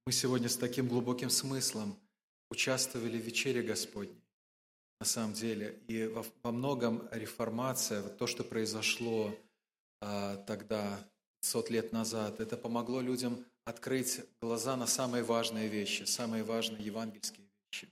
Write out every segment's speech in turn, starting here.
Мы сегодня с таким глубоким смыслом участвовали в вечере Господней, на самом деле. И во многом реформация, вот то, что произошло тогда, 500 лет назад, это помогло людям открыть глаза на самые важные вещи, самые важные евангельские вещи.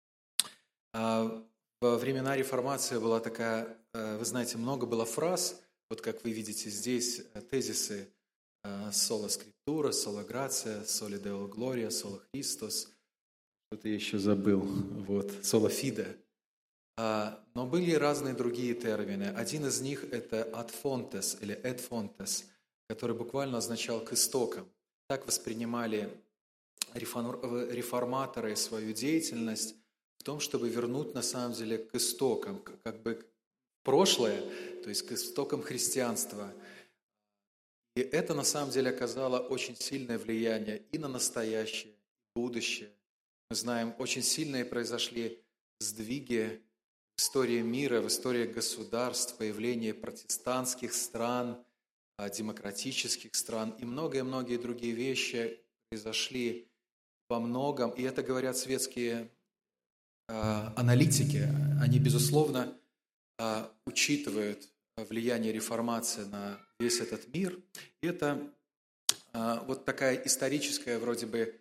Во времена реформации была такая, вы знаете, много было фраз, вот как вы видите здесь, тезисы «Сола скриптура», «Сола грация», «Соли део глория», «Сола Христос», что-то я еще забыл, вот, «Сола фиде». Но были разные другие термины. Один из них – это «ad fontes» или «et fontes», который буквально означал «к истокам». Так воспринимали реформаторы свою деятельность в том, чтобы вернуть на самом деле к истокам, как бы в прошлое, то есть к истокам христианства. И это на самом деле оказало очень сильное влияние и на настоящее, и будущее. Мы знаем, очень сильные произошли сдвиги в истории мира, в истории государств, появление протестантских стран, демократических стран и многие-многие другие вещи произошли во многом. И это говорят светские аналитики. Они, безусловно, учитывают влияние реформации на весь этот мир. И это вот такая историческая вроде бы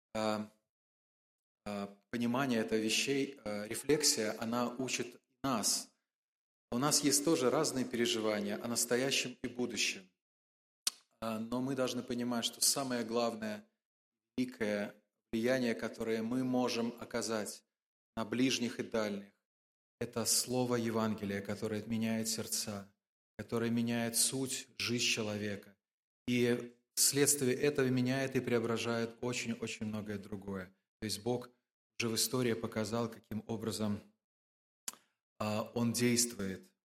понимание этих вещей, рефлексия, она учит нас. У нас есть тоже разные переживания о настоящем и будущем. Но мы должны понимать, что самое главное, великое влияние, которое мы можем оказать на ближних и дальних, это слово Евангелия, которое меняет сердца, которое меняет суть, жизнь человека. И вследствие этого меняет и преображает очень-очень многое другое. То есть Бог уже в истории показал, каким образом Он действует.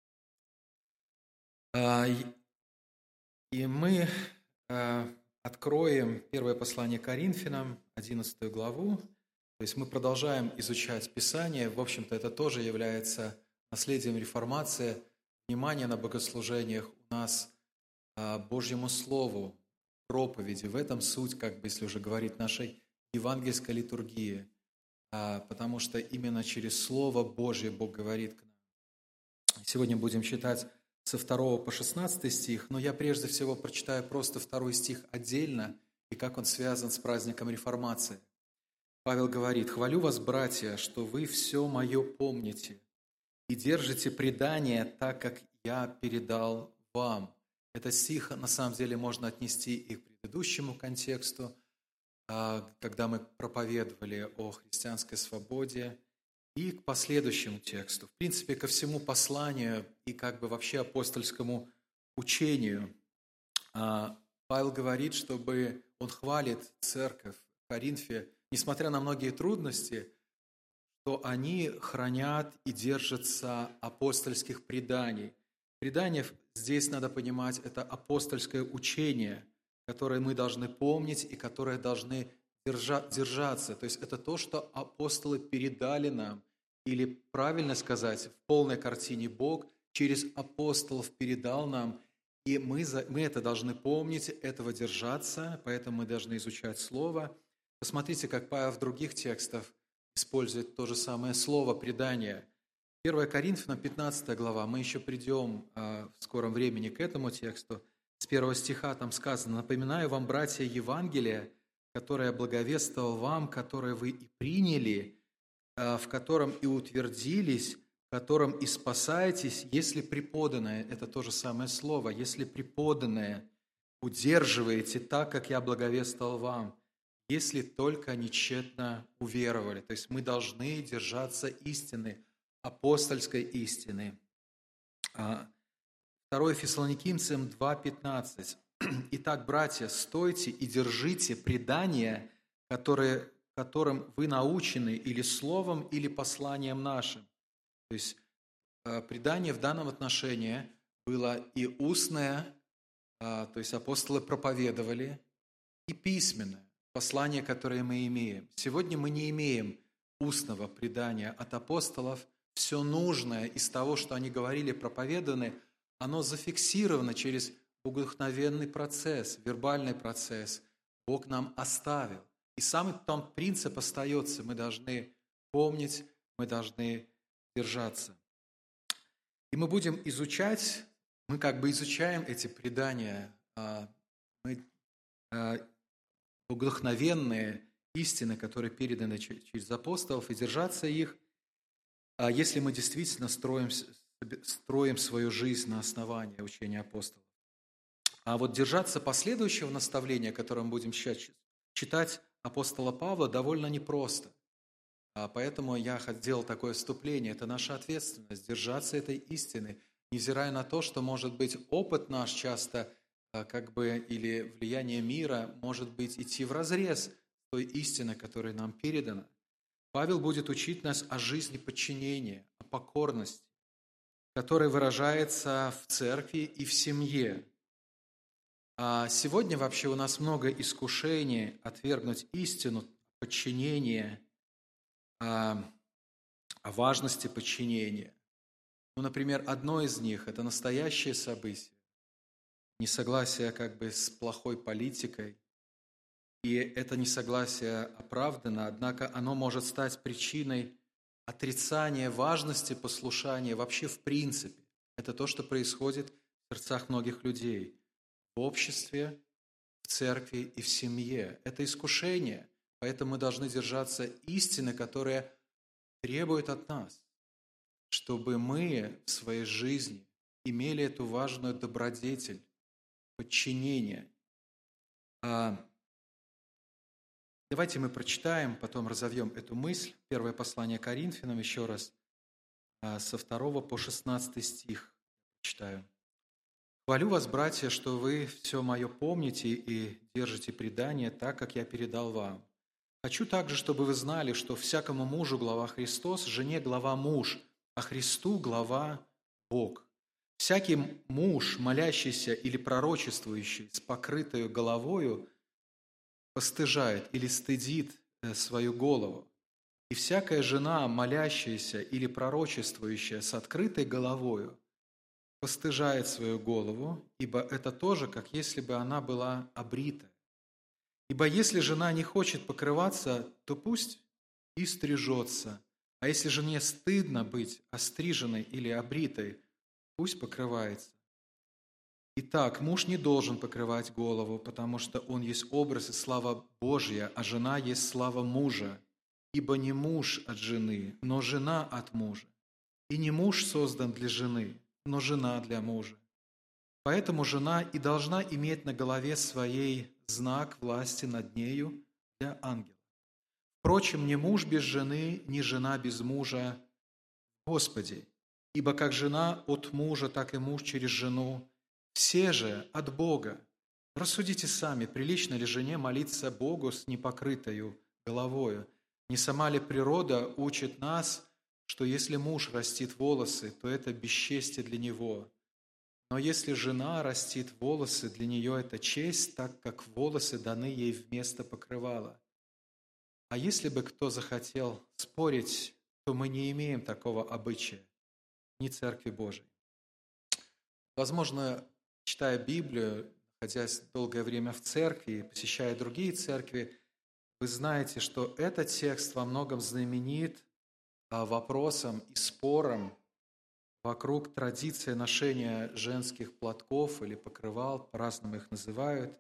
И мы откроем первое послание Коринфянам, 11 главу. То есть мы продолжаем изучать Писание. В общем-то, это тоже является наследием реформации. Внимание на богослужениях у нас Божьему Слову, проповеди. В этом суть, как бы, если уже говорить, нашей евангельской литургии. Потому что именно через Слово Божье Бог говорит к нам. Сегодня будем читать со 2 по 16 стих, но я прежде всего прочитаю просто 2 стих отдельно и как он связан с праздником Реформации. Павел говорит: «Хвалю вас, братья, что вы все мое помните и держите предание так, как я передал вам». Этот стих на самом деле можно отнести и к предыдущему контексту, когда мы проповедовали о христианской свободе, и к последующему тексту. В принципе, ко всему посланию и как бы вообще апостольскому учению. Павел говорит, чтобы он хвалит церковь в Коринфе, несмотря на многие трудности, что они хранят и держатся апостольских преданий. Предание здесь, надо понимать, это апостольское учение, которое мы должны помнить и которое должны держаться. То есть это то, что апостолы передали нам, или, правильно сказать, в полной картине Бог через апостолов передал нам, и мы это должны помнить, этого держаться, поэтому мы должны изучать Слово. Посмотрите, как Павел в других текстах использует то же самое слово «предание». 1 Коринфянам, 15 глава, мы еще придем в скором времени к этому тексту. С 1 стиха там сказано: «Напоминаю вам, братья, Евангелие, которое я благовествовал вам, которое вы и приняли, в котором и утвердились, в котором и спасаетесь, если преподанное», это то же самое слово, «если преподанное удерживаете так, как я благовествовал вам, если только нечетно уверовали». То есть мы должны держаться истины, апостольской истины. 2 Фессалоникийцам 2:15. «Итак, братья, стойте и держите предания, которым вы научены или словом, или посланием нашим». То есть предание в данном отношении было и устное, то есть апостолы проповедовали, и письменное, послание, которое мы имеем. Сегодня мы не имеем устного предания от апостолов. Все нужное из того, что они говорили, проповеданы, оно зафиксировано через богодухновенный процесс, вербальный процесс. Бог нам оставил. И сам там принцип остается. Мы должны помнить, мы должны держаться. И мы будем изучать, мы как бы изучаем эти предания, мы вдохновенные истины, которые переданы через апостолов, и держаться их, если мы действительно строим свою жизнь на основании учения апостолов. А вот держаться последующего наставления, которое мы будем сейчас читать апостола Павла, довольно непросто. Поэтому я делал такое вступление. Это наша ответственность – держаться этой истины, невзирая на то, что, может быть, опыт наш часто или влияние мира может быть идти вразрез той истины, которая нам передана. Павел будет учить нас о жизни подчинения, о покорности, которая выражается в церкви и в семье. А сегодня вообще у нас много искушений отвергнуть истину подчинения, о важности подчинения. Например, одно из них – это настоящее событие, несогласие с плохой политикой. И это несогласие оправдано, однако оно может стать причиной отрицания важности послушания вообще в принципе. Это то, что происходит в сердцах многих людей, в обществе, в церкви и в семье. Это искушение, поэтому мы должны держаться истины, которая требует от нас, чтобы мы в своей жизни имели эту важную добродетель, подчинение. Давайте мы прочитаем, потом разовьем эту мысль. Первое послание Коринфянам, еще раз, со 2 по 16 стих читаю. «Хвалю вас, братья, что вы все мое помните и держите предание так, как я передал вам. Хочу также, чтобы вы знали, что всякому мужу глава Христос, жене глава муж, а Христу глава Бог. Всякий муж, молящийся или пророчествующий с покрытою головою, постыжает или стыдит свою голову. И всякая жена, молящаяся или пророчествующая с открытой головою, постыжает свою голову, ибо это тоже, как если бы она была обрита. Ибо если жена не хочет покрываться, то пусть и стрижется, а если жене стыдно быть остриженной или обритой, пусть покрывается. Итак, муж не должен покрывать голову, потому что он есть образ и слава Божья, а жена есть слава мужа. Ибо не муж от жены, но жена от мужа. И не муж создан для жены, но жена для мужа. Поэтому жена и должна иметь на голове своей знак власти над нею для ангела. Впрочем, ни муж без жены, ни жена без мужа в Господе. Ибо как жена от мужа, так и муж через жену. Все же от Бога. Рассудите сами, прилично ли жене молиться Богу с непокрытою головою? Не сама ли природа учит нас, что если муж растит волосы, то это бесчестие для него? Но если жена растит волосы, для нее это честь, так как волосы даны ей вместо покрывала. А если бы кто захотел спорить, то мы не имеем такого обычая, ни Церкви Божией. Возможно, читая Библию, находясь долгое время в церкви, посещая другие церкви, вы знаете, что этот текст во многом знаменит вопросом и спором вокруг традиции ношения женских платков или покрывал, по-разному их называют.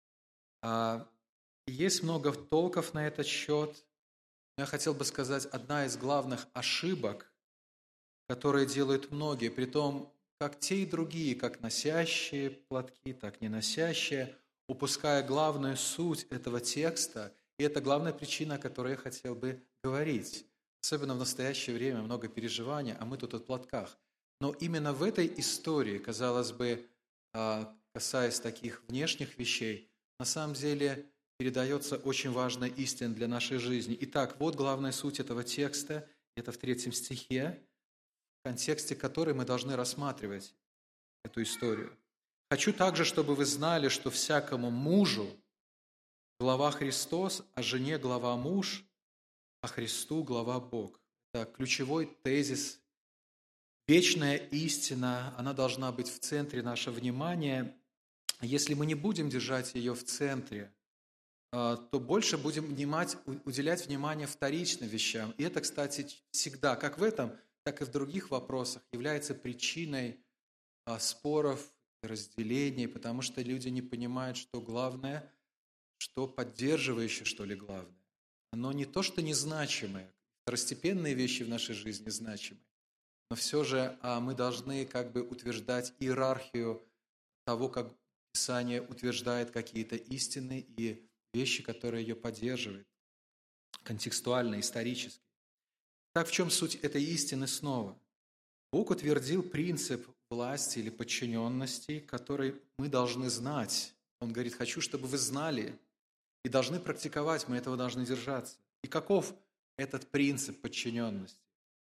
Есть много толков на этот счет. Но я хотел бы сказать, одна из главных ошибок, которые делают многие, притом как те и другие, как носящие платки, так и не носящие, упуская главную суть этого текста, и это главная причина, о которой я хотел бы говорить. Особенно в настоящее время много переживаний, а мы тут о платках. Но именно в этой истории, казалось бы, касаясь таких внешних вещей, на самом деле передается очень важная истина для нашей жизни. Итак, вот главная суть этого текста, это в 3 стихе, в контексте которой мы должны рассматривать эту историю. «Хочу также, чтобы вы знали, что всякому мужу глава Христос, а жене глава муж, а Христу глава Бог». Это ключевой тезис. Вечная истина, она должна быть в центре нашего внимания. Если мы не будем держать ее в центре, то больше будем уделять внимание вторичным вещам. И это, кстати, всегда, как в этом, так и в других вопросах, является причиной споров, разделений, потому что люди не понимают, что главное, что поддерживающее, что ли, главное. Оно не то, что незначимое. Второстепенные вещи в нашей жизни значимы. Но все же мы должны как бы утверждать иерархию того, как Писание утверждает какие-то истины и вещи, которые ее поддерживают, контекстуально, исторически. Так в чем суть этой истины снова? Бог утвердил принцип власти или подчиненности, который мы должны знать. Он говорит: хочу, чтобы вы знали и должны практиковать, мы этого должны держаться. И каков этот принцип подчиненности?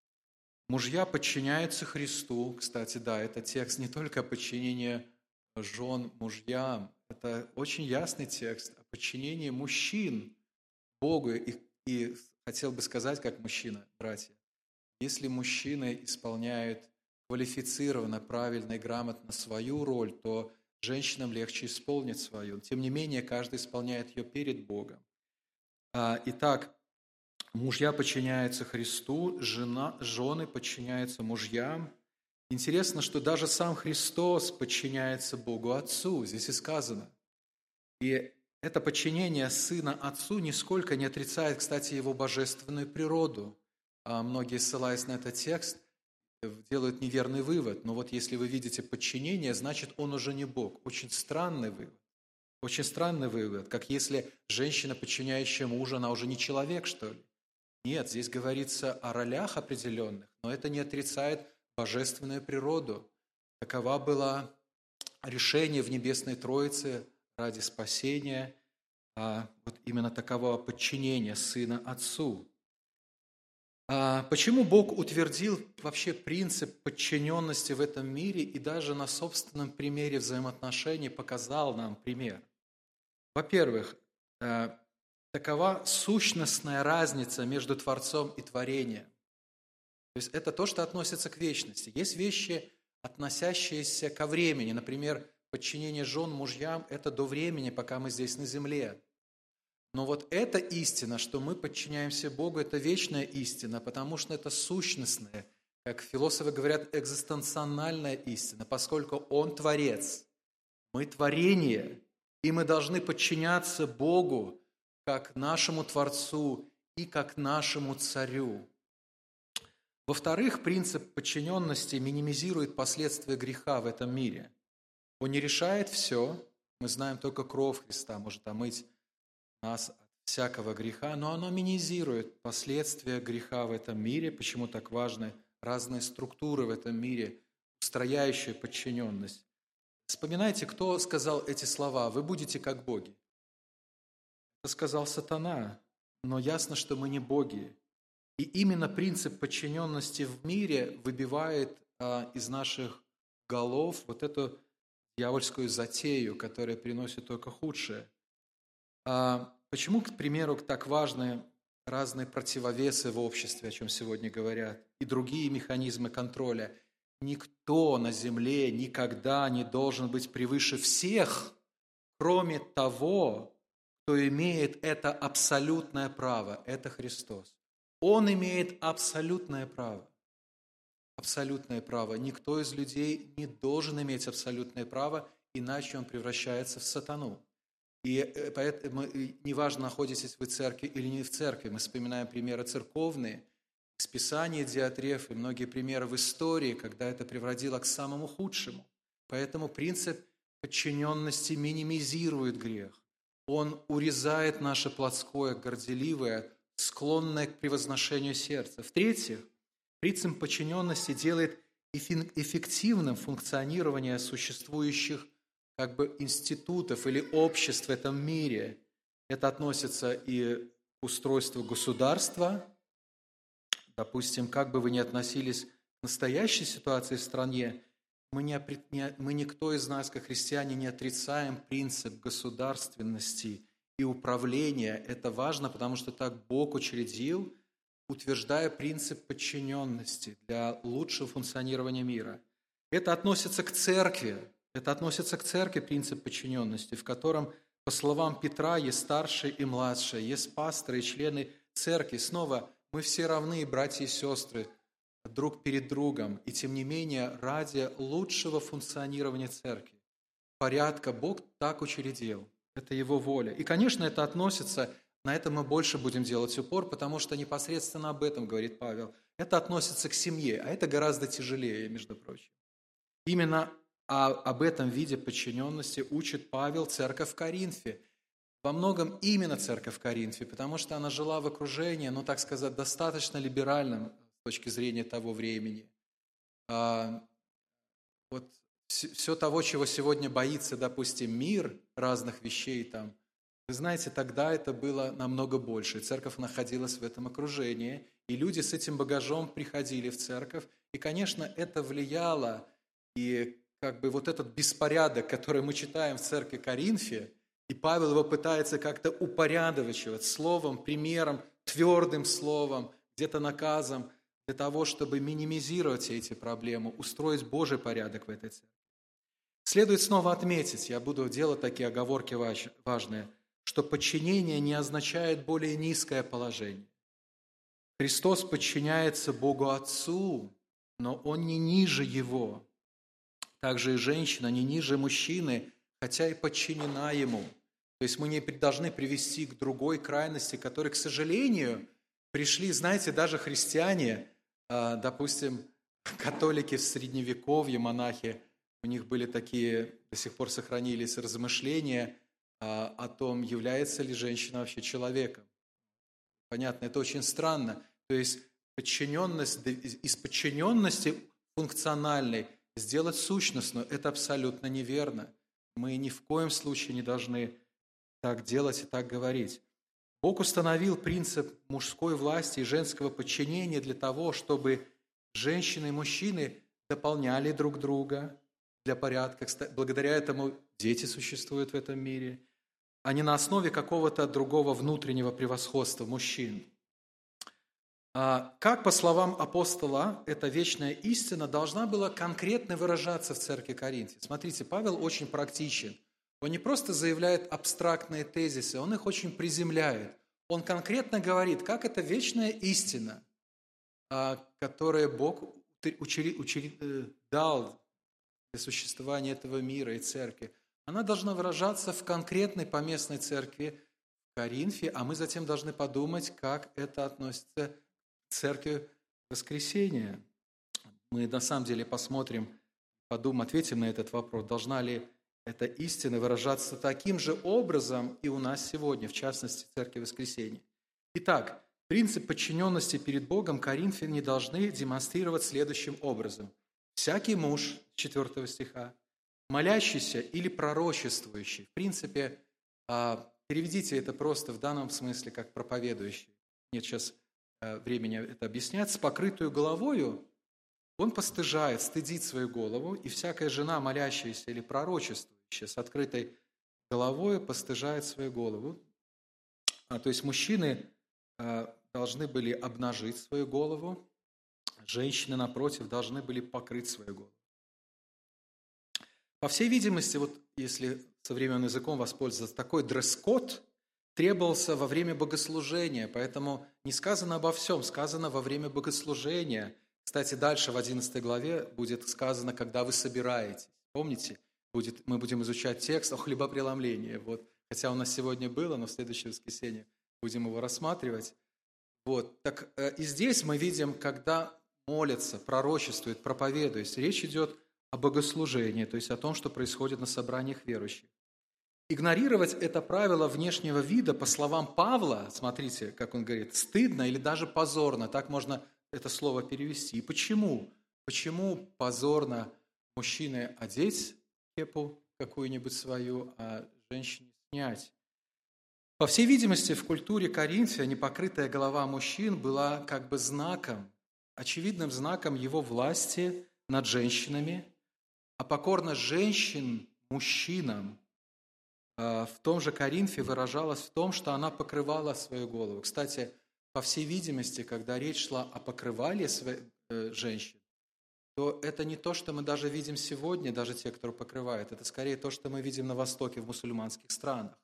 Мужья подчиняются Христу. Кстати, да, это текст не только о подчинении жен мужьям, это очень ясный текст о подчинении мужчин Богу. И хотел бы сказать, как мужчина, братья, если мужчины исполняют квалифицированно, правильно и грамотно свою роль, то женщинам легче исполнить свою. Тем не менее, каждый исполняет ее перед Богом. Итак, мужья подчиняются Христу, жены подчиняются мужьям. Интересно, что даже сам Христос подчиняется Богу Отцу, здесь и сказано. И это подчинение Сына Отцу нисколько не отрицает, кстати, Его божественную природу. Многие, ссылаясь на этот текст, делают неверный вывод. Но вот если вы видите подчинение, значит, Он уже не Бог. Очень странный вывод. Очень странный вывод, как если женщина, подчиняющая мужа, она уже не человек, что ли? Нет, здесь говорится о ролях определенных, но это не отрицает божественную природу. Таково было решение в Небесной Троице ради спасения, вот именно таково подчинение Сына Отцу. Почему Бог утвердил вообще принцип подчиненности в этом мире и даже на собственном примере взаимоотношений показал нам пример? Во-первых, такова сущностная разница между Творцом и творением. То есть это то, что относится к вечности. Есть вещи, относящиеся ко времени. Например, подчинение жен мужьям – это до времени, пока мы здесь на земле. Но вот эта истина, что мы подчиняемся Богу, это вечная истина, потому что это сущностная, как философы говорят, экзистенциональная истина, поскольку Он Творец, мы творение, и мы должны подчиняться Богу как нашему Творцу и как нашему Царю. Во-вторых, принцип подчиненности минимизирует последствия греха в этом мире. Он не решает все. Мы знаем, только кровь Христа может омыть нас от всякого греха, но оно минимизирует последствия греха в этом мире. Почему так важны разные структуры в этом мире, устрояющие подчиненность? Вспоминайте, кто сказал эти слова: «Вы будете как боги». Это сказал сатана, но ясно, что мы не боги. И именно принцип подчиненности в мире выбивает из наших голов вот эту дьявольскую затею, которая приносит только худшее. Почему, к примеру, так важны разные противовесы в обществе, о чем сегодня говорят, и другие механизмы контроля? Никто на земле никогда не должен быть превыше всех, кроме того, кто имеет это абсолютное право, это Христос. Он имеет абсолютное право. Абсолютное право. Никто из людей не должен иметь абсолютное право, иначе он превращается в сатану. И поэтому неважно, находитесь вы в церкви или не в церкви, мы вспоминаем примеры церковные, из Писания Диатреф и многие примеры в истории, когда это приводило к самому худшему. Поэтому принцип подчиненности минимизирует грех. Он урезает наше плотское, горделивое, склонное к превозношению сердца. В-третьих, принцип подчиненности делает эффективным функционирование существующих институтов или обществ в этом мире. Это относится и к устройству государства. Допустим, как бы вы ни относились к настоящей ситуации в стране, мы никто из нас, как христиане, не отрицаем принцип государственности и управления. Это важно, потому что так Бог учредил, утверждая принцип подчиненности для лучшего функционирования мира. Это относится к церкви. Это относится к церкви, принцип подчиненности, в котором По словам Петра, есть старшие и младшие, есть пасторы и члены церкви. Снова, мы все равны, братья и сестры, друг перед другом. И тем не менее, ради лучшего функционирования церкви, порядка, Бог так учредил. Это Его воля. И, конечно, это относится, на это мы больше будем делать упор, потому что непосредственно об этом говорит Павел. Это относится к семье, а это гораздо тяжелее, между прочим. Именно об этом виде подчиненности учит Павел церковь в Коринфе. Во многом именно церковь в Коринфе, потому что она жила в окружении, ну, так сказать, достаточно либеральном с точки зрения того времени. Вот все того, чего сегодня боится, допустим, мир разных вещей там, вы знаете, тогда это было намного больше. Церковь находилась в этом окружении, и люди с этим багажом приходили в церковь. И, конечно, это влияло, и как бы вот этот беспорядок, который мы читаем в церкви Коринфе, и Павел его пытается как-то упорядочивать словом, примером, твердым словом, где-то наказом, для того, чтобы минимизировать все эти проблемы, устроить Божий порядок в этой церкви. Следует снова отметить, я буду делать такие оговорки важные, что подчинение не означает более низкое положение. Христос подчиняется Богу Отцу, но Он не ниже Его. Также и женщина не ниже мужчины, хотя и подчинена Ему. То есть мы не должны привести к другой крайности, которой, к сожалению, пришли, знаете, даже христиане, допустим, католики в Средневековье, монахи, у них были такие, до сих пор сохранились размышления о том, является ли женщина вообще человеком. Понятно, это очень странно. То есть подчиненность, из подчиненности функциональной сделать сущностную – это абсолютно неверно. Мы ни в коем случае не должны так делать и так говорить. Бог установил принцип мужской власти и женского подчинения для того, чтобы женщины и мужчины дополняли друг друга для порядка. Благодаря этому дети существуют в этом мире, а не на основе какого-то другого внутреннего превосходства мужчин. Как, по словам апостола, эта вечная истина должна была конкретно выражаться в церкви Коринфе. Смотрите, Павел очень практичен. Он не просто заявляет абстрактные тезисы, он их очень приземляет. Он конкретно говорит, как эта вечная истина, которую Бог дал для существования этого мира и церкви, она должна выражаться в конкретной поместной церкви в Коринфе, а мы затем должны подумать, как это относится к церкви воскресения. Мы на самом деле посмотрим, подумаем, ответим на этот вопрос, должна ли эта истина выражаться таким же образом и у нас сегодня, в частности, в церкви воскресения. Итак, принцип подчиненности перед Богом коринфяне должны демонстрировать следующим образом. Всякий муж, 4 стиха, молящийся или пророчествующий. В принципе, переведите это просто в данном смысле как проповедующий. Нет сейчас времени это объяснять. С покрытую головою он постыжает, стыдит свою голову, и всякая жена, молящаяся или пророчествующая с открытой головой, постыжает свою голову. То есть мужчины должны были обнажить свою голову, женщины, напротив, должны были покрыть свою голову. По всей видимости, вот если современным языком воспользоваться, такой дресс-код требовался во время богослужения, поэтому не сказано обо всем, сказано во время богослужения. Кстати, дальше в 11 главе будет сказано, когда вы собираетесь. Помните, мы будем изучать текст о хлебопреломлении. Вот. Хотя у нас сегодня было, но в следующее воскресенье будем его рассматривать. Вот. Так и здесь мы видим, когда молятся, пророчествуют, проповедуют. Речь идет о богослужении, то есть о том, что происходит на собраниях верующих. Игнорировать это правило внешнего вида, по словам Павла, смотрите, как он говорит, стыдно или даже позорно, так можно это слово перевести. И почему? Почему позорно мужчине одеть кепу какую-нибудь свою, а женщине снять? По всей видимости, в культуре Коринфа непокрытая голова мужчин была как бы знаком, очевидным знаком его власти над женщинами, а покорность женщин мужчинам в том же Коринфе выражалась в том, что она покрывала свою голову. Кстати, по всей видимости, когда речь шла о покрывале женщин, то это не то, что мы даже видим сегодня, даже те, кто покрывает. Это скорее то, что мы видим на Востоке, в мусульманских странах.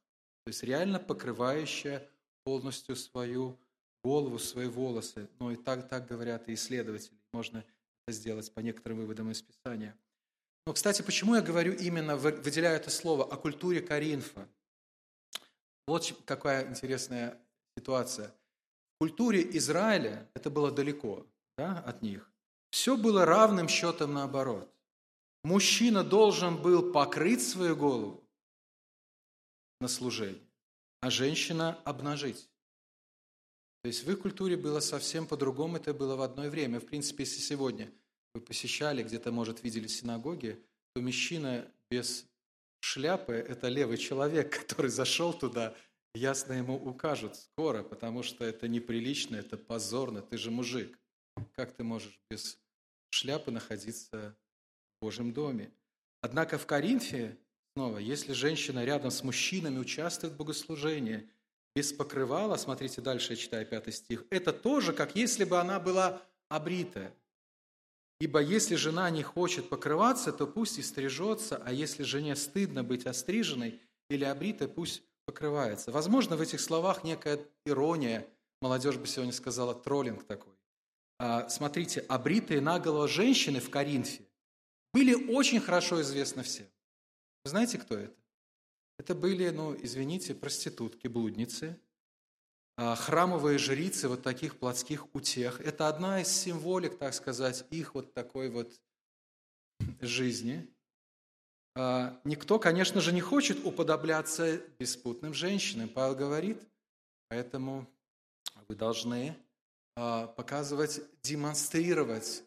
То есть реально покрывающая полностью свою голову, свои волосы. Ну и так говорят и исследователи. Можно это сделать по некоторым выводам из Писания. Но, кстати, почему я говорю именно, выделяю это слово о культуре Коринфа? Вот какая интересная ситуация. В культуре Израиля это было далеко, да, от них. Все было равным счетом наоборот. Мужчина должен был покрыть свою голову на служение, а женщина обнажить. То есть в их культуре было совсем по-другому, это было в одно время. В принципе, если сегодня вы посещали, где-то, может, видели синагоги, то мужчина без шляпы – это левый человек, который зашел туда, ясно ему укажут скоро, потому что это неприлично, это позорно, ты же мужик. Как ты можешь без шляпы находиться в Божьем доме? Однако в Коринфе, снова, если женщина рядом с мужчинами участвует в богослужении, без покрывала, смотрите дальше, я читаю 5 стих, это тоже, как если бы она была обритая. Ибо если жена не хочет покрываться, то пусть и стрижется, а если жене стыдно быть остриженной или обритой, пусть покрывается. Возможно, в этих словах некая ирония, молодежь бы сегодня сказала, троллинг такой. Смотрите, обритые наголо женщины в Коринфе были очень хорошо известны всем. Вы знаете, кто это? Это были, извините, проститутки, блудницы, храмовые жрицы вот таких плотских утех. Это одна из символик, так сказать, их вот такой вот жизни. Никто, конечно же, не хочет уподобляться беспутным женщинам. Павел говорит, поэтому вы должны показывать, демонстрировать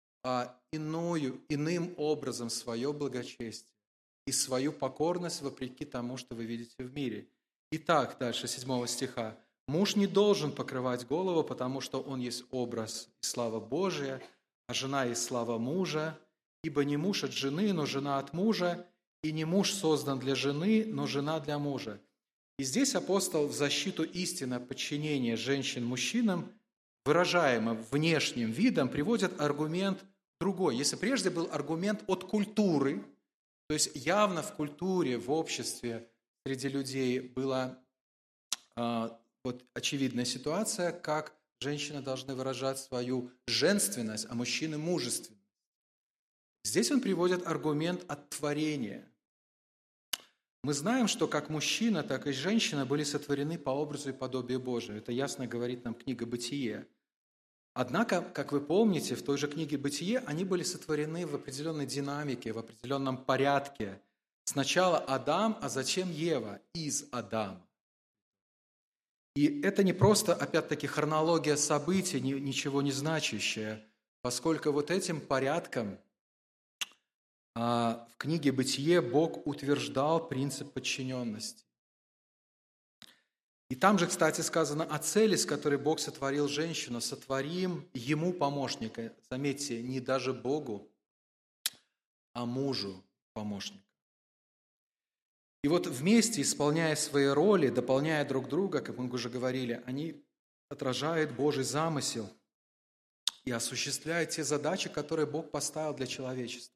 иным образом свое благочестие и свою покорность вопреки тому, что вы видите в мире. Итак, дальше 7 стиха. «Муж не должен покрывать голову, потому что он есть образ и слава Божия, а жена есть слава мужа, ибо не муж от жены, но жена от мужа, и не муж создан для жены, но жена для мужа». И здесь апостол в защиту истины подчинения женщин мужчинам, выражаемым внешним видом, приводит аргумент другой. Если прежде был аргумент от культуры, то есть явно в культуре, в обществе, среди людей была очевидная ситуация, как женщины должны выражать свою женственность, а мужчины – мужественность. Здесь он приводит аргумент от творения. Мы знаем, что как мужчина, так и женщина были сотворены по образу и подобию Божию. Это ясно говорит нам книга «Бытие». Однако, как вы помните, в той же книге «Бытие» они были сотворены в определенной динамике, в определенном порядке. Сначала Адам, а затем Ева из Адама. И это не просто, опять-таки, хронология событий, ничего не значащая, поскольку вот этим порядком в книге «Бытие» Бог утверждал принцип подчиненности. И там же, кстати, сказано о цели, с которой Бог сотворил женщину. Сотворим ему помощника. Заметьте, не даже Богу, а мужу помощника. И вот вместе, исполняя свои роли, дополняя друг друга, как мы уже говорили, они отражают Божий замысел и осуществляют те задачи, которые Бог поставил для человечества.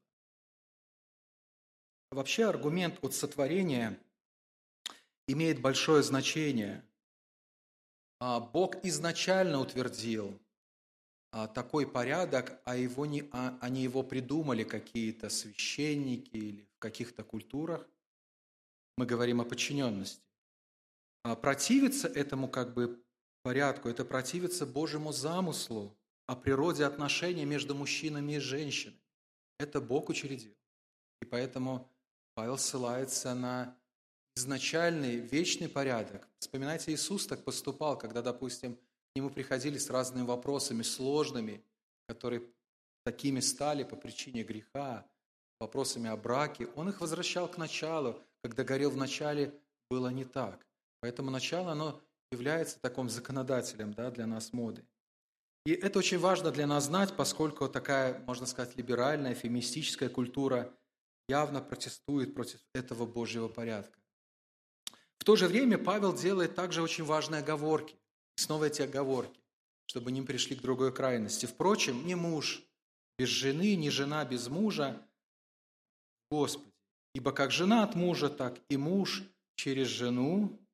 Вообще аргумент от сотворения имеет большое значение. Бог изначально утвердил такой порядок, а не его придумали какие-то священники или в каких-то культурах. Мы говорим о подчиненности. Противиться этому порядку, это противиться Божьему замыслу о природе отношений между мужчинами и женщинами. Это Бог учредил. И поэтому Павел ссылается на изначальный, вечный порядок. Вспоминайте, Иисус так поступал, когда, допустим, к Нему приходили с разными вопросами, сложными, которые такими стали по причине греха, вопросами о браке. Он их возвращал к началу, когда говорил в начале, было не так. Поэтому начало, оно является таким законодателем, для нас моды. И это очень важно для нас знать, поскольку такая, можно сказать, либеральная, феминистическая культура явно протестует против этого Божьего порядка. В то же время Павел делает также очень важные оговорки. И снова эти оговорки, чтобы не пришли к другой крайности. Впрочем, ни муж без жены, ни жена без мужа, Господи. Ибо как жена от мужа, так и муж через жену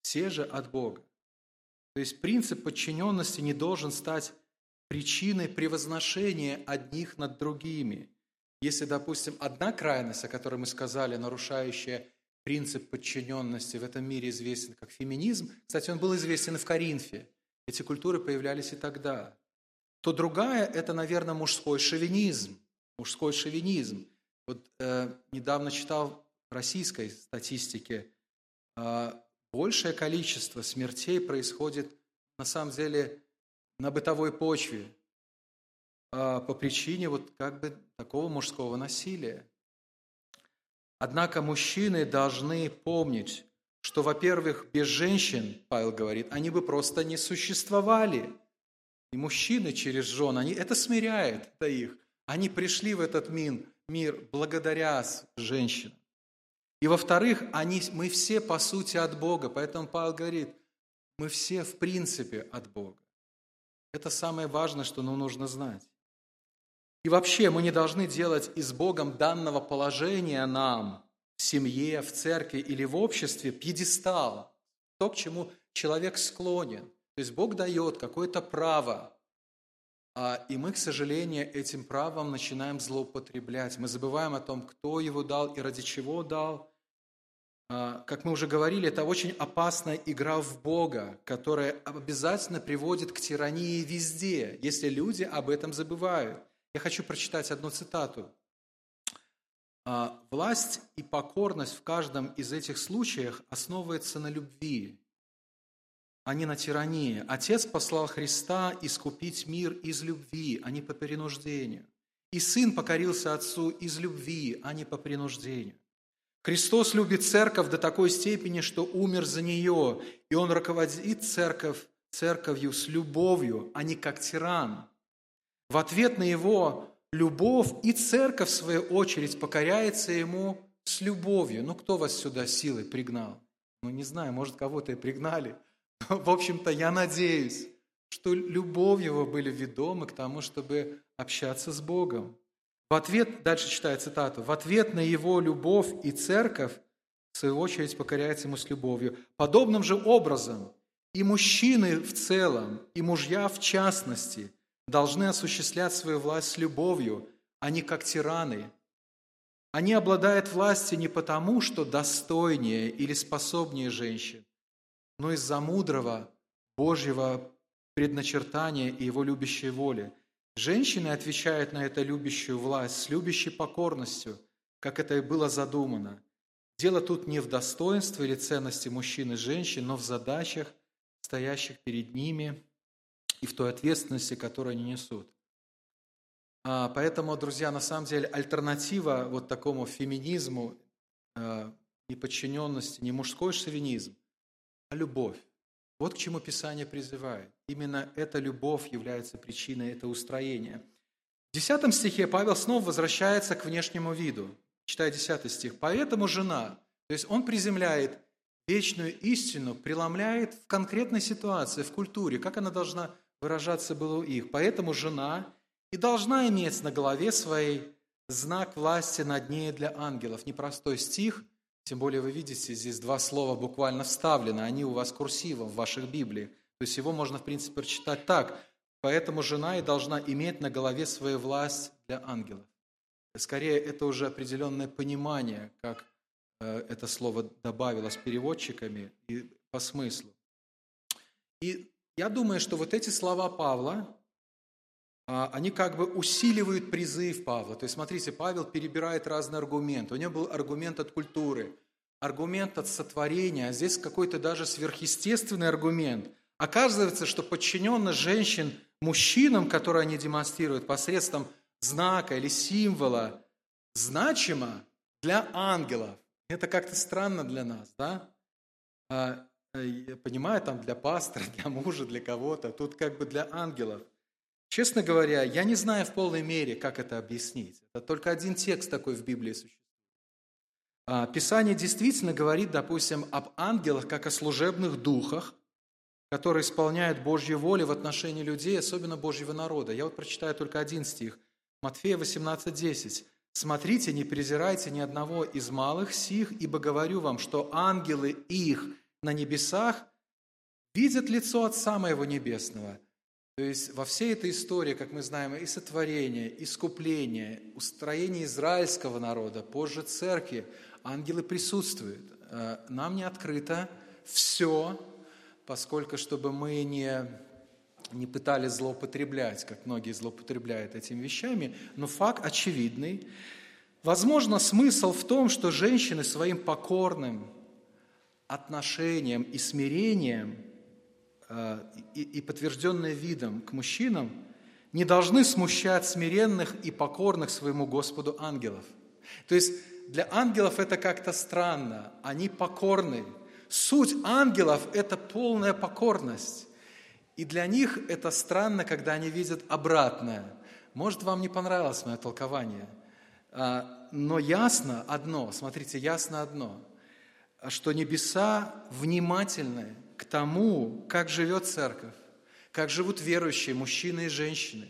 все же от Бога. То есть принцип подчиненности не должен стать причиной превозношения одних над другими. Если, допустим, одна крайность, о которой мы сказали, нарушающая принцип подчиненности в этом мире известен как феминизм, кстати, он был известен и в Коринфе, эти культуры появлялись и тогда, то другая – это, наверное, мужской шовинизм. Мужской шовинизм. Вот недавно читал в российской статистике, большее количество смертей происходит, на самом деле, на бытовой почве, по причине вот как бы такого мужского насилия. Однако мужчины должны помнить, что, во-первых, без женщин, Павел говорит, они бы просто не существовали. И мужчины через жен, это смиряет их. Они пришли в этот мир благодаря женщинам. И, во-вторых, мы все, по сути, от Бога. Поэтому Павел говорит, мы все, в принципе, от Бога. Это самое важное, что нам нужно знать. И вообще, мы не должны делать из Богом данного положения нам в семье, в церкви или в обществе пьедестал, то, к чему человек склонен. То есть Бог дает какое-то право, и мы, к сожалению, этим правом начинаем злоупотреблять. Мы забываем о том, кто его дал и ради чего дал. Как мы уже говорили, это очень опасная игра в Бога, которая обязательно приводит к тирании везде, если люди об этом забывают. Я хочу прочитать одну цитату. «Власть и покорность в каждом из этих случаев основывается на любви, а не на тирании. Отец послал Христа искупить мир из любви, а не по принуждению. И Сын покорился Отцу из любви, а не по принуждению. Христос любит церковь до такой степени, что умер за нее, и Он руководит церковью с любовью, а не как тиран. В ответ на Его любовь и церковь, в свою очередь, покоряется Ему с любовью». Кто вас сюда силой пригнал? Не знаю, может, кого-то и пригнали. В общем-то, я надеюсь, что любовью вы были ведомы к тому, чтобы общаться с Богом. В ответ, дальше читаю цитату, «В ответ на Его любовь и церковь, в свою очередь, покоряется Ему с любовью. Подобным же образом и мужчины в целом, и мужья в частности должны осуществлять свою власть с любовью, а не как тираны. Они обладают властью не потому, что достойнее или способнее женщин, но из-за мудрого Божьего предначертания и Его любящей воли. Женщины отвечают на эту любящую власть с любящей покорностью, как это и было задумано. Дело тут не в достоинстве или ценности мужчин и женщин, но в задачах, стоящих перед ними, и в той ответственности, которую они несут. Поэтому, друзья, на самом деле альтернатива вот такому феминизму, неподчиненности, не мужской шовинизм, а любовь. Вот к чему Писание призывает. Именно эта любовь является причиной этого устроения. В 10 стихе Павел снова возвращается к внешнему виду. Читая 10 стих. «Поэтому жена», то есть он приземляет вечную истину, преломляет в конкретной ситуации, в культуре, как она должна выражаться было у их. «Поэтому жена и должна иметь на голове своей знак власти над ней для ангелов». Непростой стих. Тем более вы видите, здесь 2 слова буквально вставлены, они у вас курсивом в ваших Библиях. То есть его можно, в принципе, прочитать так. «Поэтому жена и должна иметь на голове свою власть для ангелов». Скорее, это уже определенное понимание, как это слово добавилось переводчиками и по смыслу. И я думаю, что вот эти слова Павла, они как бы усиливают призыв Павла. То есть, смотрите, Павел перебирает разные аргументы. У него был аргумент от культуры, аргумент от сотворения, а здесь какой-то даже сверхъестественный аргумент. Оказывается, что подчиненность женщин мужчинам, которые они демонстрируют посредством знака или символа, значимо для ангелов. Это как-то странно для нас, да? Я понимаю, там для пастора, для мужа, для кого-то, тут как бы для ангелов. Честно говоря, я не знаю в полной мере, как это объяснить. Это только один текст такой в Библии существует. Писание действительно говорит, допустим, об ангелах, как о служебных духах, которые исполняют Божью волю в отношении людей, особенно Божьего народа. Я вот прочитаю только один стих. Матфея 18:10. «Смотрите, не презирайте ни одного из малых сих, ибо говорю вам, что ангелы их на небесах видят лицо Отца Моего Небесного. То есть во всей этой истории, как мы знаем, и сотворение, искупление, устроение израильского народа, позже церкви, ангелы присутствуют. Нам не открыто все, поскольку чтобы мы не пытались злоупотреблять, как многие злоупотребляют этими вещами, но факт очевидный. Возможно, смысл в том, что женщины своим покорным отношением и смирением и подтвержденное видом к мужчинам не должны смущать смиренных и покорных своему Господу ангелов. То есть для ангелов это как-то странно, они покорны. Суть ангелов – это полная покорность. И для них это странно, когда они видят обратное. Может, вам не понравилось мое толкование, но ясно одно, смотрите, ясно одно, что небеса внимательны к тому, как живет церковь, как живут верующие мужчины и женщины.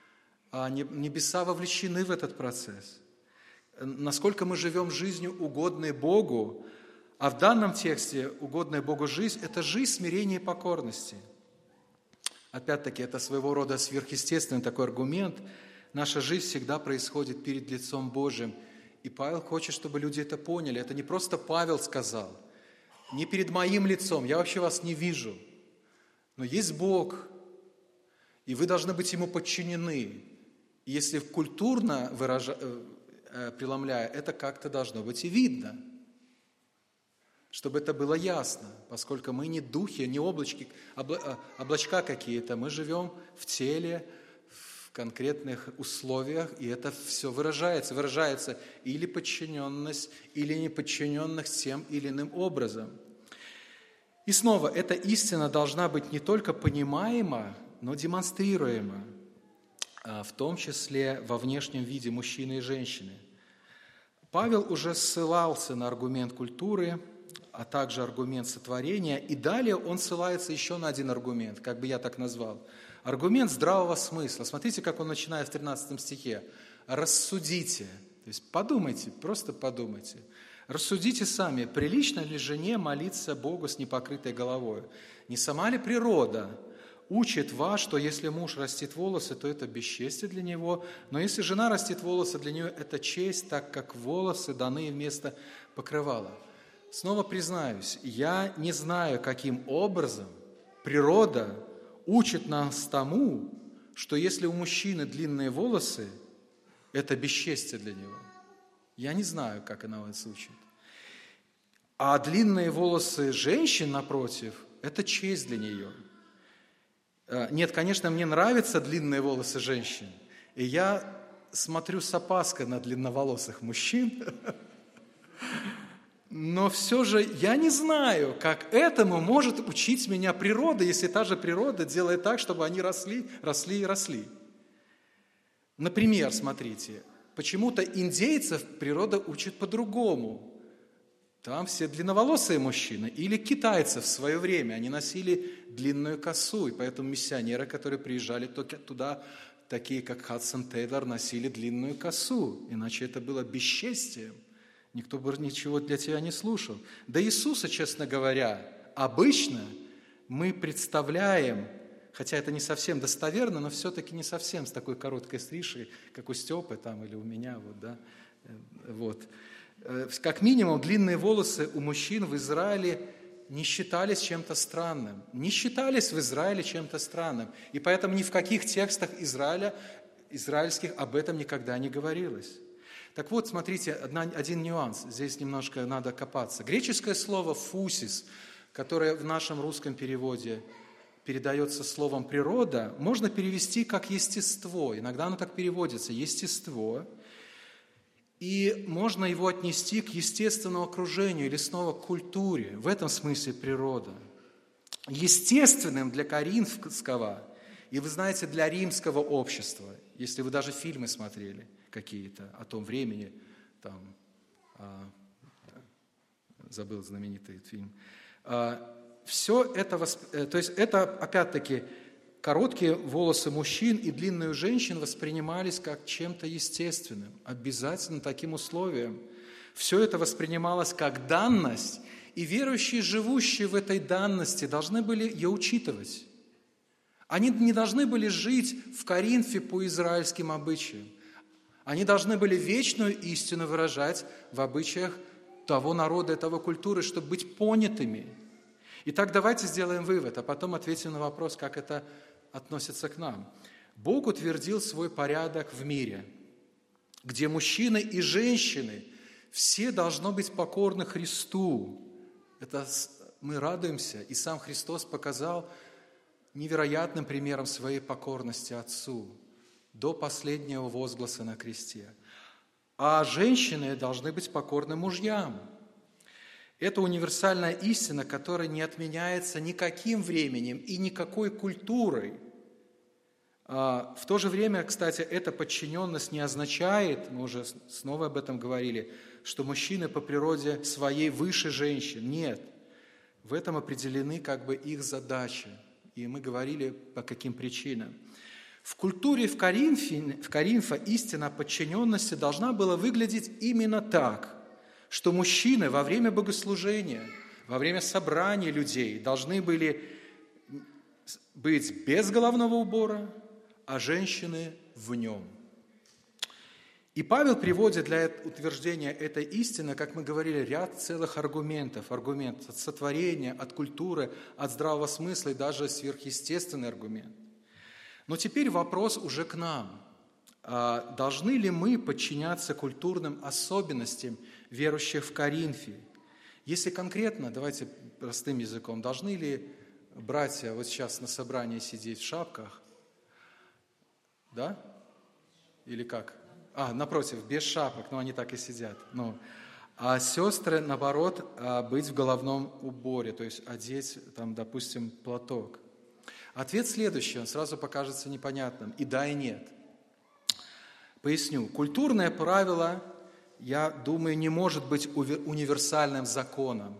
Небеса вовлечены в этот процесс. Насколько мы живем жизнью, угодной Богу, а в данном тексте угодная Богу жизнь – это жизнь смирения и покорности. Опять-таки, это своего рода сверхъестественный такой аргумент. Наша жизнь всегда происходит перед лицом Божьим. И Павел хочет, чтобы люди это поняли. Это не просто Павел сказал, не перед моим лицом, я вообще вас не вижу. Но есть Бог, и вы должны быть Ему подчинены. И если культурно преломляя, это как-то должно быть и видно. Чтобы это было ясно, поскольку мы не духи, не облачка какие-то, мы живем в теле, в конкретных условиях, и это все выражается или подчиненность, или неподчиненность тем или иным образом. И снова, эта истина должна быть не только понимаема, но демонстрируема, в том числе во внешнем виде мужчины и женщины. Павел уже ссылался на аргумент культуры, а также аргумент сотворения, и далее он ссылается еще на один аргумент, как бы я так назвал. Аргумент здравого смысла. Смотрите, как он начинает в 13 стихе. «Рассудите». То есть подумайте, просто подумайте. «Рассудите сами, прилично ли жене молиться Богу с непокрытой головой? Не сама ли природа учит вас, что если муж растит волосы, то это бесчестие для него, но если жена растит волосы, для нее это честь, так как волосы даны вместо покрывала». Снова признаюсь, я не знаю, каким образом природа учит нас тому, что если у мужчины длинные волосы, это бесчестие для него. Я не знаю, как она вас учит. А длинные волосы женщин, напротив, это честь для нее. Нет, конечно, мне нравятся длинные волосы женщин, и я смотрю с опаской на длинноволосых мужчин, но все же я не знаю, как этому может учить меня природа, если та же природа делает так, чтобы они росли и росли. Например, смотрите, почему-то индейцев природа учит по-другому. Там все длинноволосые мужчины. Или китайцев в свое время, они носили длинную косу, и поэтому миссионеры, которые приезжали туда, такие как Хадсон Тейлор, носили длинную косу, иначе это было бесчестием. Никто бы ничего для тебя не слушал. Да Иисуса, честно говоря, обычно мы представляем, хотя это не совсем достоверно, но все-таки не совсем с такой короткой стрижкой, как у Степы там или у меня. Как минимум, длинные волосы у мужчин в Израиле не считались чем-то странным. Не считались в Израиле чем-то странным. И поэтому ни в каких текстах израильских об этом никогда не говорилось. Так вот, смотрите, один нюанс. Здесь немножко надо копаться. Греческое слово «фусис», которое в нашем русском переводе передается словом «природа», можно перевести как «естество». Иногда оно так переводится «естество». И можно его отнести к естественному окружению или снова к культуре. В этом смысле природа. Естественным для коринфского, и вы знаете, для римского общества, если вы даже фильмы смотрели какие-то о том времени, забыл знаменитый фильм. Все это, то есть это, опять-таки, короткие волосы мужчин и длинные у женщин воспринимались как чем-то естественным, обязательно таким условием. Все это воспринималось как данность, И верующие, живущие в этой данности, должны были ее учитывать. Они не должны были жить в Коринфе по израильским обычаям. Они должны были вечную истину выражать в обычаях того народа, этой культуры, чтобы быть понятыми. Итак, давайте сделаем вывод, а потом ответим на вопрос, как это относится к нам. Бог утвердил свой порядок в мире, где мужчины и женщины все должны быть покорны Христу. Это мы радуемся, и сам Христос показал невероятным примером своей покорности Отцу до последнего возгласа на кресте. А женщины должны быть покорны мужьям. Это универсальная истина, которая не отменяется никаким временем и никакой культурой. В то же время, кстати, эта подчиненность не означает, мы уже снова об этом говорили, что мужчины по природе своей выше женщин. Нет. В этом определены их задачи. И мы говорили, по каким причинам. В культуре в Коринфе истина подчиненности должна была выглядеть именно так, что мужчины во время богослужения, во время собрания людей должны были быть без головного убора, а женщины в нем. И Павел приводит для утверждения этой истины, как мы говорили, ряд целых аргументов. Аргумент от сотворения, от культуры, от здравого смысла и даже сверхъестественный аргумент. Но теперь вопрос уже к нам. Должны ли мы подчиняться культурным особенностям верующих в Коринфе? Если конкретно, давайте простым языком, должны ли братья вот сейчас на собрании сидеть в шапках? Да? Или как? Напротив, без шапок, но они так и сидят. А сестры, наоборот, быть в головном уборе, то есть одеть, допустим, платок. Ответ следующий, он сразу покажется непонятным. И да, и нет. Поясню. Культурное правило, я думаю, не может быть универсальным законом.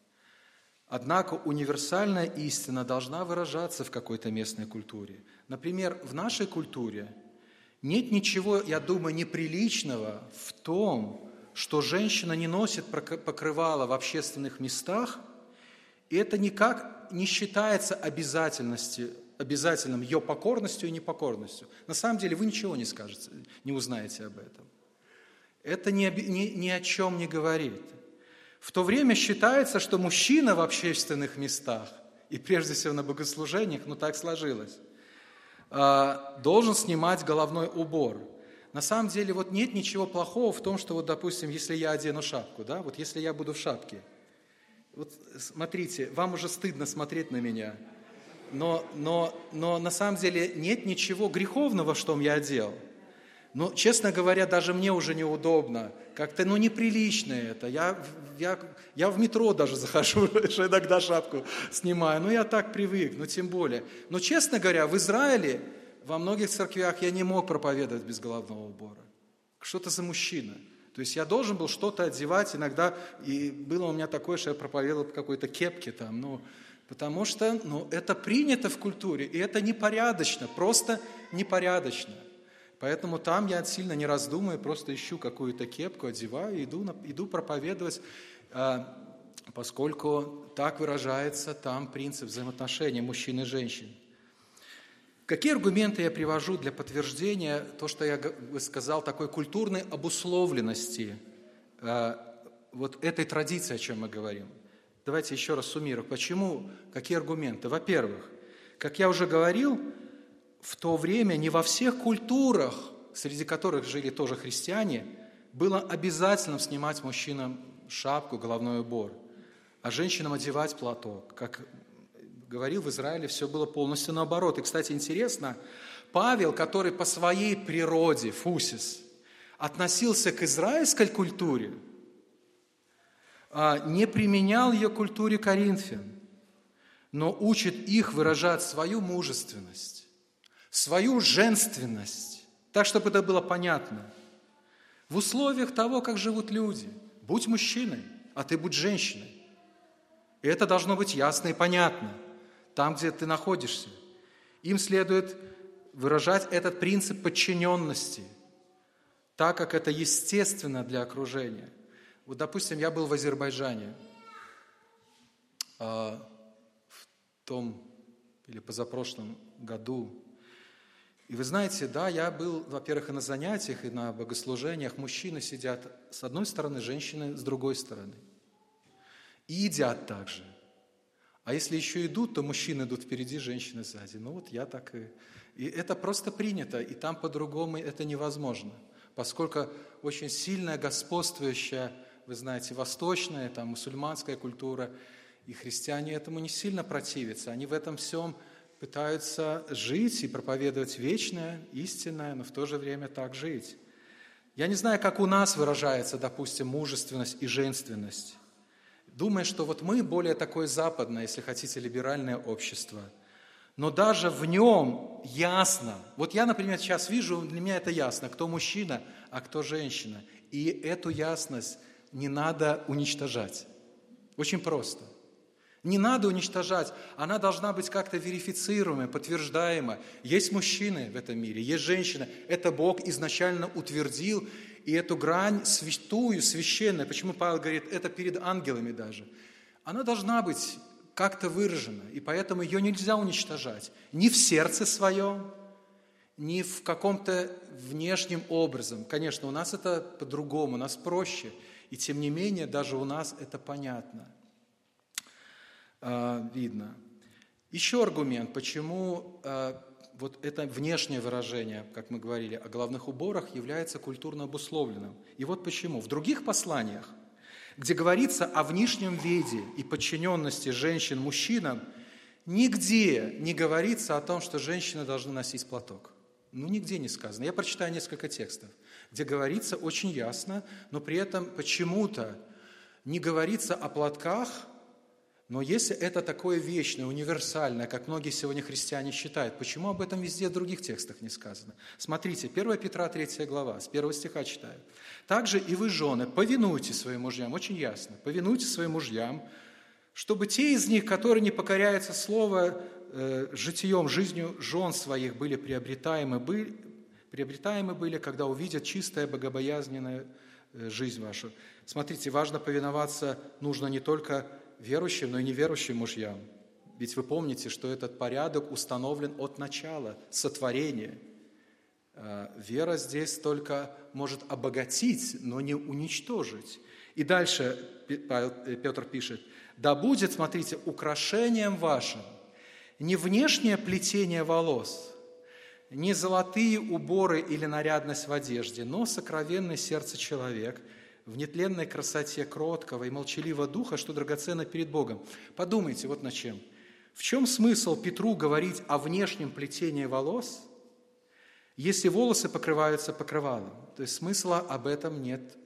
Однако универсальная истина должна выражаться в какой-то местной культуре. Например, в нашей культуре нет ничего, я думаю, неприличного в том, что женщина не носит покрывало в общественных местах, и это никак не считается обязательным ее покорностью и непокорностью. На самом деле вы ничего не скажете, не узнаете об этом. Это ни о чем не говорит. В то время считается, что мужчина в общественных местах, и прежде всего на богослужениях, так сложилось, должен снимать головной убор. На самом деле нет ничего плохого в том, что, допустим, если я одену шапку, если я буду в шапке, смотрите, вам уже стыдно смотреть на меня, но на самом деле нет ничего греховного, что я одел. Но, честно говоря, даже мне уже неудобно, как-то, неприлично это. Я в метро даже захожу, что иногда шапку снимаю, я так привык, тем более. Но, честно говоря, в Израиле, во многих церквях я не мог проповедовать без головного убора. Что это за мужчина? То есть я должен был что-то одевать иногда, и было у меня такое, что я проповедовал в какой-то кепке потому что, это принято в культуре, и это непорядочно, просто непорядочно. Поэтому там я сильно не раздумываю, просто ищу какую-то кепку, одеваю и иду проповедовать, поскольку так выражается там принцип взаимоотношений мужчин и женщин. Какие аргументы я привожу для подтверждения то, что я сказал, такой культурной обусловленности этой традиции, о чем мы говорим? Давайте еще раз суммируем. Почему? Какие аргументы? Во-первых, как я уже говорил, в то время не во всех культурах, среди которых жили тоже христиане, было обязательно снимать мужчинам шапку, головной убор, а женщинам одевать платок. Как говорил, в Израиле все было полностью наоборот. И, кстати, интересно, Павел, который по своей природе, фусис, относился к израильской культуре, не применял ее к культуре коринфян, но учит их выражать свою мужественность, свою женственность, так, чтобы это было понятно. В условиях того, как живут люди. Будь мужчиной, а ты будь женщиной. И это должно быть ясно и понятно, там, где ты находишься. Им следует выражать этот принцип подчиненности, так, как это естественно для окружения. Допустим, я был в Азербайджане. в том или позапрошлом году. И вы знаете, да, я был, во-первых, и на занятиях, и на богослужениях. Мужчины сидят с одной стороны, женщины с другой стороны. И едят так же. А если еще идут, то мужчины идут впереди, женщины сзади. Ну вот я так и... И это просто принято, и там по-другому это невозможно. Поскольку очень сильная, господствующая, вы знаете, восточная, там, мусульманская культура, и христиане этому не сильно противятся. Они в этом всем пытаются жить и проповедовать вечное, истинное, но в то же время так жить. Я не знаю, как у нас выражается, допустим, мужественность и женственность. Думаю, что вот мы более такое западное, если хотите, либеральное общество. Но даже в нем ясно. Вот я, например, сейчас вижу, для меня это ясно, кто мужчина, а кто женщина. И эту ясность не надо уничтожать. Очень просто. Не надо уничтожать, она должна быть как-то верифицируемой, подтверждаемой. Есть мужчины в этом мире, есть женщины. Это Бог изначально утвердил, и эту грань святую, священную, почему Павел говорит, это перед ангелами даже, она должна быть как-то выражена, и поэтому ее нельзя уничтожать. Ни в сердце своем, ни в каком-то внешнем образом. Конечно, у нас это по-другому, у нас проще, и тем не менее даже у нас это понятно. Видно. Еще аргумент, почему вот это внешнее выражение, как мы говорили, о головных уборах, является культурно обусловленным. И вот почему. В других посланиях, где говорится о внешнем виде и подчиненности женщин мужчинам, нигде не говорится о том, что женщины должны носить платок. Ну, нигде не сказано. Я прочитаю несколько текстов, где говорится очень ясно, но при этом почему-то не говорится о платках. Но если это такое вечное, универсальное, как многие сегодня христиане считают, почему об этом везде в других текстах не сказано? Смотрите, 1 Петра 3 глава, с 1 стиха читаю. «Также и вы, жены, повинуйтесь своим мужьям». Очень ясно. «Повинуйтесь своим мужьям, чтобы те из них, которые не покоряются слову, житием, жизнью жен своих были приобретаемы были, когда увидят чистая, богобоязненная жизнь вашу». Смотрите, важно повиноваться нужно не только верующим, но и неверующим мужьям. Ведь вы помните, что этот порядок установлен от начала, сотворения. Вера здесь только может обогатить, но не уничтожить. И дальше Петр пишет, «Да будет, смотрите, украшением вашим не внешнее плетение волос, не золотые уборы или нарядность в одежде, но сокровенное сердце человек, в нетленной красоте кроткого и молчаливого духа, что драгоценно перед Богом». Подумайте вот над чем. В чем смысл Петру говорить о внешнем плетении волос, если волосы покрываются покрывалом? То есть смысла об этом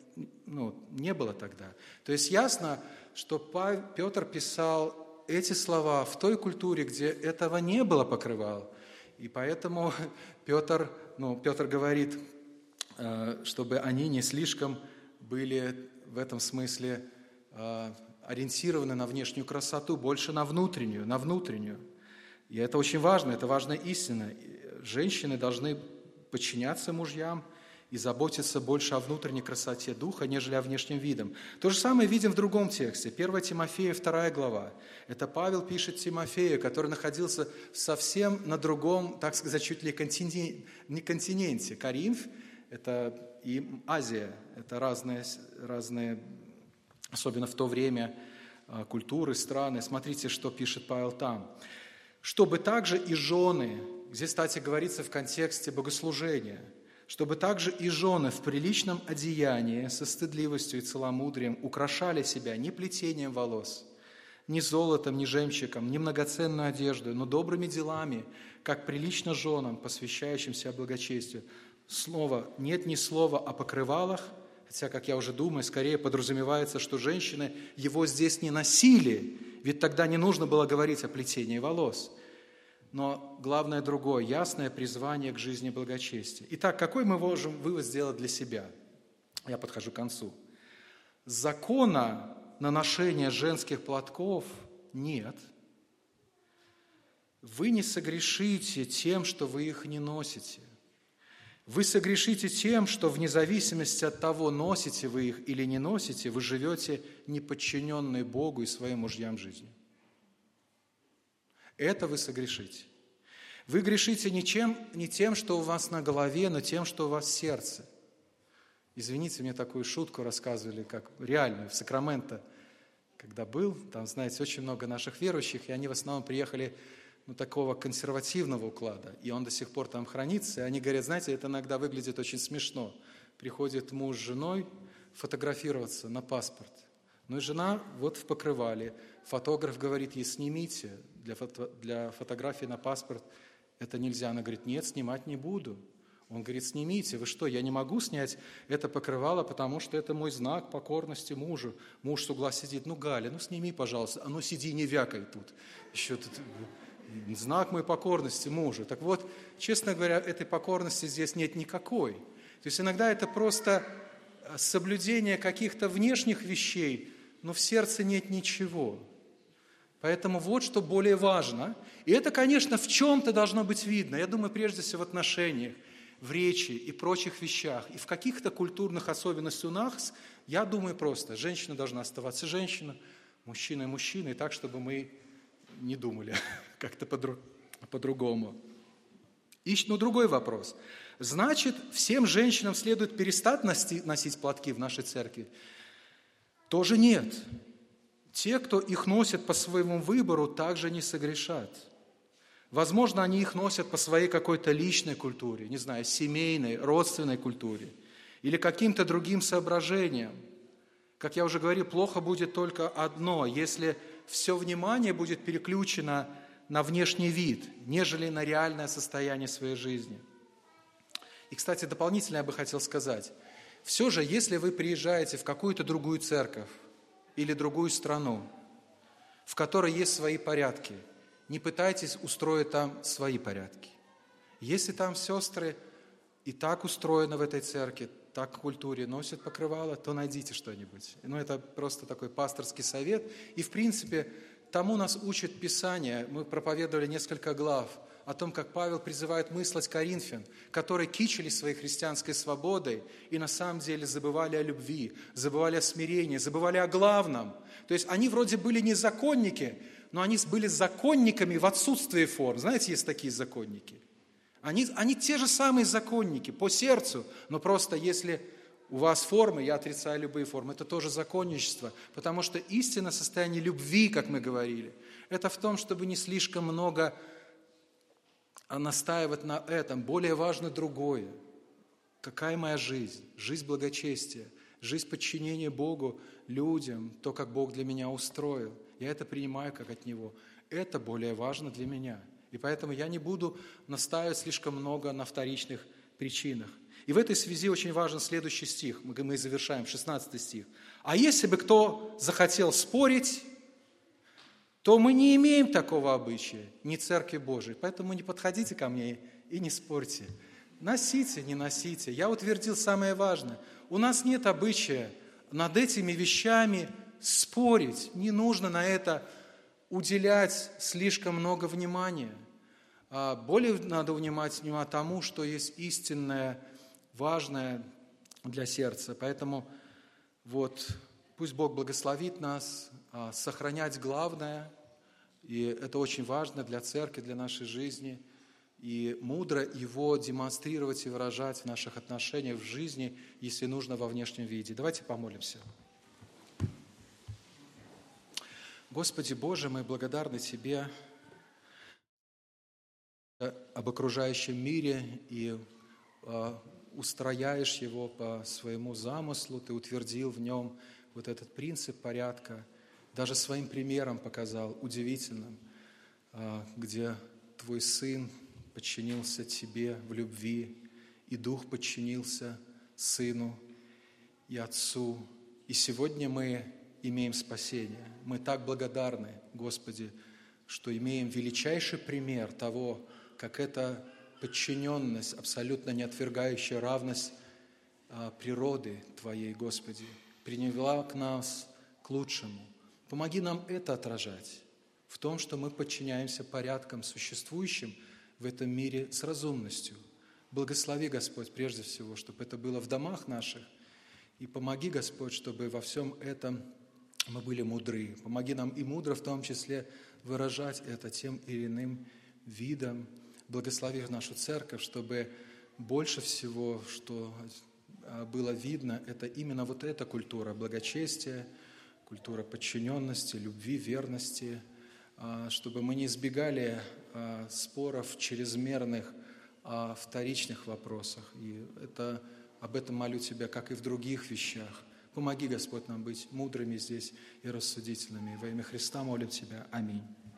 не было тогда. То есть ясно, что Петр писал эти слова в той культуре, где этого не было покрывал. И поэтому Петр говорит, чтобы они не слишком были в этом смысле ориентированы на внешнюю красоту, больше на внутреннюю. И это очень важно, это важная истина. Женщины должны подчиняться мужьям и заботиться больше о внутренней красоте духа, нежели о внешнем виде. То же самое видим в другом тексте, 1 Тимофея, 2 глава. Это Павел пишет Тимофею, который находился совсем на другом, так сказать, чуть ли не континенте. Коринф – это и Азия, это разные, особенно в то время, культуры, страны. Смотрите, что пишет Павел там. «Чтобы также и жены», здесь, кстати, говорится в контексте богослужения, «чтобы также и жены в приличном одеянии, со стыдливостью и целомудрием украшали себя не плетением волос, ни золотом, ни жемчугом, ни многоценной одеждой, но добрыми делами, как прилично женам, посвящающимся благочестию». Нет ни слова о покрывалах, хотя, как я уже думаю, скорее подразумевается, что женщины его здесь не носили, ведь тогда не нужно было говорить о плетении волос. Но главное другое, ясное призвание к жизни благочестия. Итак, какой мы можем вывод сделать для себя? Я подхожу к концу. Закона на ношение женских платков нет. Вы не согрешите тем, что вы их не носите. Вы согрешите тем, что вне зависимости от того, носите вы их или не носите, вы живете неподчиненные Богу и своим мужьям жизнью. это вы согрешите. Вы грешите не тем, что у вас на голове, но тем, что у вас в сердце. Извините, мне такую шутку рассказывали, как реальную, в Сакраменто, когда был. Там, знаете, очень много наших верующих, и они в основном приехали такого консервативного уклада, и он до сих пор там хранится. И они говорят, знаете, это иногда выглядит очень смешно. Приходит муж с женой фотографироваться на паспорт. И жена вот в покрывале. Фотограф говорит ей, снимите для фотографии на паспорт. Это нельзя. Она говорит, нет, снимать не буду. Он говорит, снимите. Вы что, я не могу снять это покрывало, потому что это мой знак покорности мужу. Муж с угла сидит, Галя, сними, пожалуйста. Сиди, не вякай тут. Еще тут знак моей покорности мужу. Так вот, честно говоря, этой покорности здесь нет никакой. То есть иногда это просто соблюдение каких-то внешних вещей, но в сердце нет ничего. Поэтому вот что более важно. И это, конечно, в чем-то должно быть видно. Я думаю, прежде всего в отношениях, в речи и прочих вещах. И в каких-то культурных особенностях у нас, я думаю просто, женщина должна оставаться женщиной, мужчина мужчиной, так, чтобы мы не думали как-то по-другому. И другой вопрос. Значит, всем женщинам следует перестать носить платки в нашей церкви? Тоже нет. Те, кто их носит по своему выбору, также не согрешат. Возможно, они их носят по своей какой-то личной культуре, не знаю, семейной, родственной культуре или каким-то другим соображениям. Как я уже говорил, плохо будет только одно, если все внимание будет переключено на внешний вид, нежели на реальное состояние своей жизни. И, кстати, дополнительно я бы хотел сказать, все же, если вы приезжаете в какую-то другую церковь или другую страну, в которой есть свои порядки, не пытайтесь устроить там свои порядки. Если там сестры и так устроены в этой церкви, так в культуре носят покрывало, то найдите что-нибудь. Это просто такой пасторский совет. И, в принципе, тому нас учит Писание. Мы проповедовали несколько глав о том, как Павел призывает мыслить Коринфян, которые кичились своей христианской свободой и на самом деле забывали о любви, забывали о смирении, забывали о главном. То есть они вроде были не законники, но они были законниками в отсутствии форм. Знаете, есть такие законники. Они те же самые законники по сердцу, но просто если у вас формы, я отрицаю любые формы, это тоже законничество, потому что истинное состояние любви, как мы говорили, это в том, чтобы не слишком много настаивать на этом. Более важно другое. Какая моя жизнь? Жизнь благочестия, жизнь подчинения Богу, людям, то, как Бог для меня устроил. Я это принимаю как от Него. Это более важно для меня. И поэтому я не буду настаивать слишком много на вторичных причинах. И в этой связи очень важен следующий стих. Мы завершаем, 16 стих. «А если бы кто захотел спорить, то мы не имеем такого обычая, ни Церкви Божией. Поэтому не подходите ко мне и не спорьте. Носите, не носите. Я утвердил самое важное. У нас нет обычая над этими вещами спорить. Не нужно на это уделять слишком много внимания. Более надо внимать тому, что есть истинное, важное для сердца. Поэтому пусть Бог благословит нас сохранять главное, и это очень важно для церкви, для нашей жизни, и мудро его демонстрировать и выражать в наших отношениях, в жизни, если нужно, во внешнем виде. Давайте помолимся. Господи Боже, мы благодарны Тебе об окружающем мире и устрояешь его по своему замыслу. Ты утвердил в нем этот принцип порядка, даже своим примером показал, удивительным, где Твой Сын подчинился Тебе в любви, и Дух подчинился Сыну и Отцу. И сегодня мы имеем спасение. Мы так благодарны, Господи, что имеем величайший пример того, как эта подчиненность, абсолютно не отвергающая равность природы Твоей, Господи, привела к нас к лучшему. Помоги нам это отражать в том, что мы подчиняемся порядкам, существующим в этом мире с разумностью. Благослови, Господь, прежде всего, чтобы это было в домах наших. И помоги, Господь, чтобы во всем этом мы были мудры. Помоги нам и мудро в том числе выражать это тем или иным видом. Благослови нашу церковь, чтобы больше всего, что было видно, это именно вот эта культура благочестия, культура подчиненности, любви, верности, чтобы мы не избегали споров чрезмерных о вторичных вопросах. И об этом молю Тебя, как и в других вещах. Помоги, Господь, нам быть мудрыми здесь и рассудительными. Во имя Христа молим Тебя. Аминь.